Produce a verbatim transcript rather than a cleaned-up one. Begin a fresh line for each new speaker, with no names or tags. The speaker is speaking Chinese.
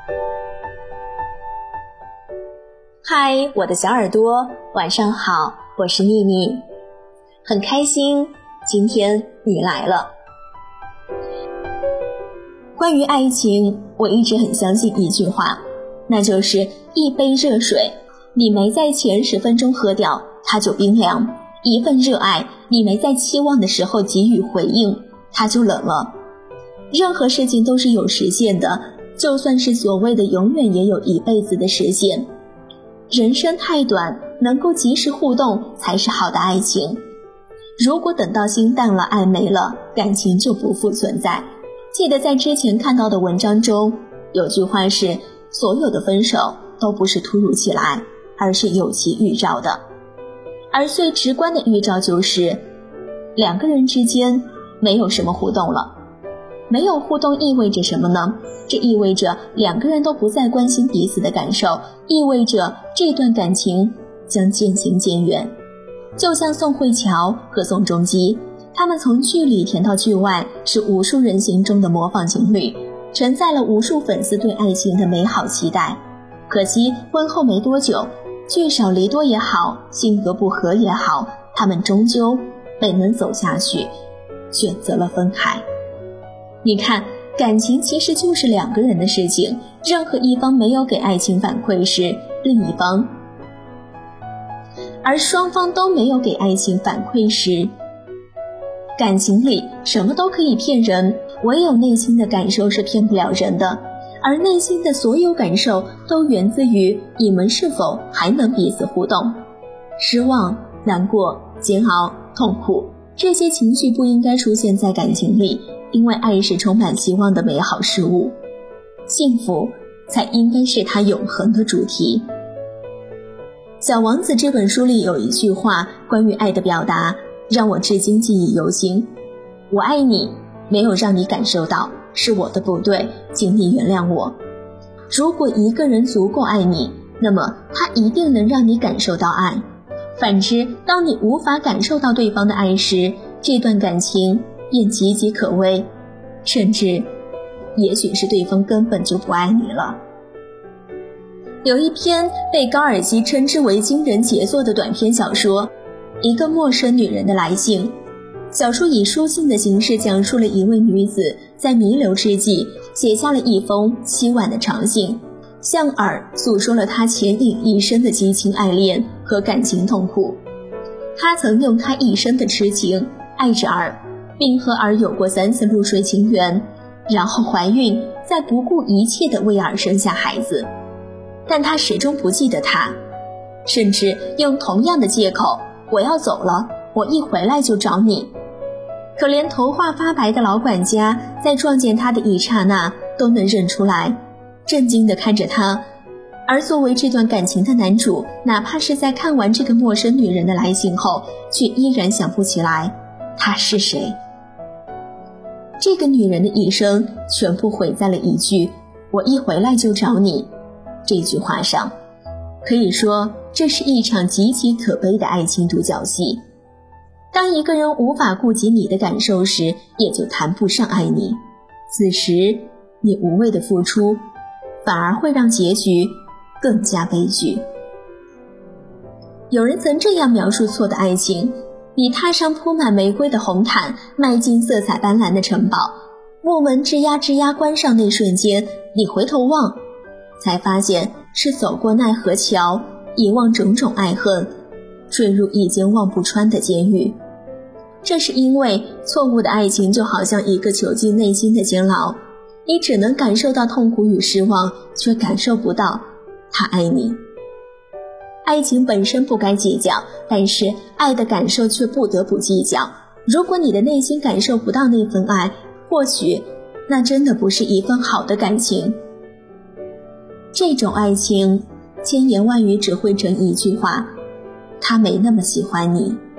嗨，我的小耳朵，晚上好，我是妮妮，很开心今天你来了。关于爱情，我一直很相信一句话，那就是一杯热水，你没在前十分钟喝掉，它就冰凉；一份热爱，你没在期望的时候给予回应，它就冷了。任何事情都是有时限的，就算是所谓的永远，也有一辈子的时限。人生太短，能够及时互动才是好的爱情。如果等到心淡了，爱没了，感情就不复存在。记得在之前看到的文章中，有句话是，所有的分手都不是突如其来，而是有其预兆的。而最直观的预兆就是，两个人之间没有什么互动了。没有互动意味着什么呢？这意味着两个人都不再关心彼此的感受，意味着这段感情将渐行渐远。就像宋慧乔和宋仲基，他们从剧里甜到剧外，是无数人心中的模仿情侣，承载了无数粉丝对爱情的美好期待。可惜婚后没多久，聚少离多也好，性格不合也好，他们终究没能走下去，选择了分开。你看，感情其实就是两个人的事情，任何一方没有给爱情反馈时，另一方；而双方都没有给爱情反馈时，感情里什么都可以骗人，唯有内心的感受是骗不了人的。而内心的所有感受都源自于你们是否还能彼此互动。失望、难过、煎熬、痛苦，这些情绪不应该出现在感情里，因为爱是充满希望的美好事物，幸福才应该是它永恒的主题。小王子这本书里有一句话，关于爱的表达让我至今记忆犹新：我爱你，没有让你感受到，是我的不对，请你原谅我。如果一个人足够爱你，那么他一定能让你感受到爱。反之，当你无法感受到对方的爱时，这段感情便岌岌可危，甚至也许是对方根本就不爱你了。有一篇被高尔基称之为惊人杰作的短篇小说《一个陌生女人的来信》。小说以书信的形式讲述了一位女子在弥留之际写下了一封凄婉的长信，向尔诉说了她前隐一生的激情爱恋和感情痛苦。她曾用她一生的痴情爱着尔，并和尔有过三次露水情缘，然后怀孕，再不顾一切地为尔生下孩子。但她始终不记得他，甚至用同样的借口，我要走了，我一回来就找你。可连头发发白的老管家在撞见他的一刹那都能认出来，震惊地看着他。而作为这段感情的男主，哪怕是在看完这个陌生女人的来信后，却依然想不起来她是谁。这个女人的一生全部毁在了一句我一回来就找你这句话上。可以说，这是一场极其可悲的爱情独角戏。当一个人无法顾及你的感受时，也就谈不上爱你。此时你无谓的付出，反而会让结局更加悲剧。有人曾这样描述错的爱情：你踏上铺满玫瑰的红毯，迈进色彩斑斓的城堡，木门吱呀吱呀关上那瞬间，你回头望，才发现是走过奈何桥，遗忘种种爱恨，坠入一间望不穿的监狱。这是因为错误的爱情就好像一个囚禁内心的监牢，你只能感受到痛苦与失望，却感受不到他爱你。爱情本身不该计较，但是爱的感受却不得不计较。如果你的内心感受不到那份爱，或许那真的不是一份好的感情。这种爱情千言万语只汇成一句话：他没那么喜欢你。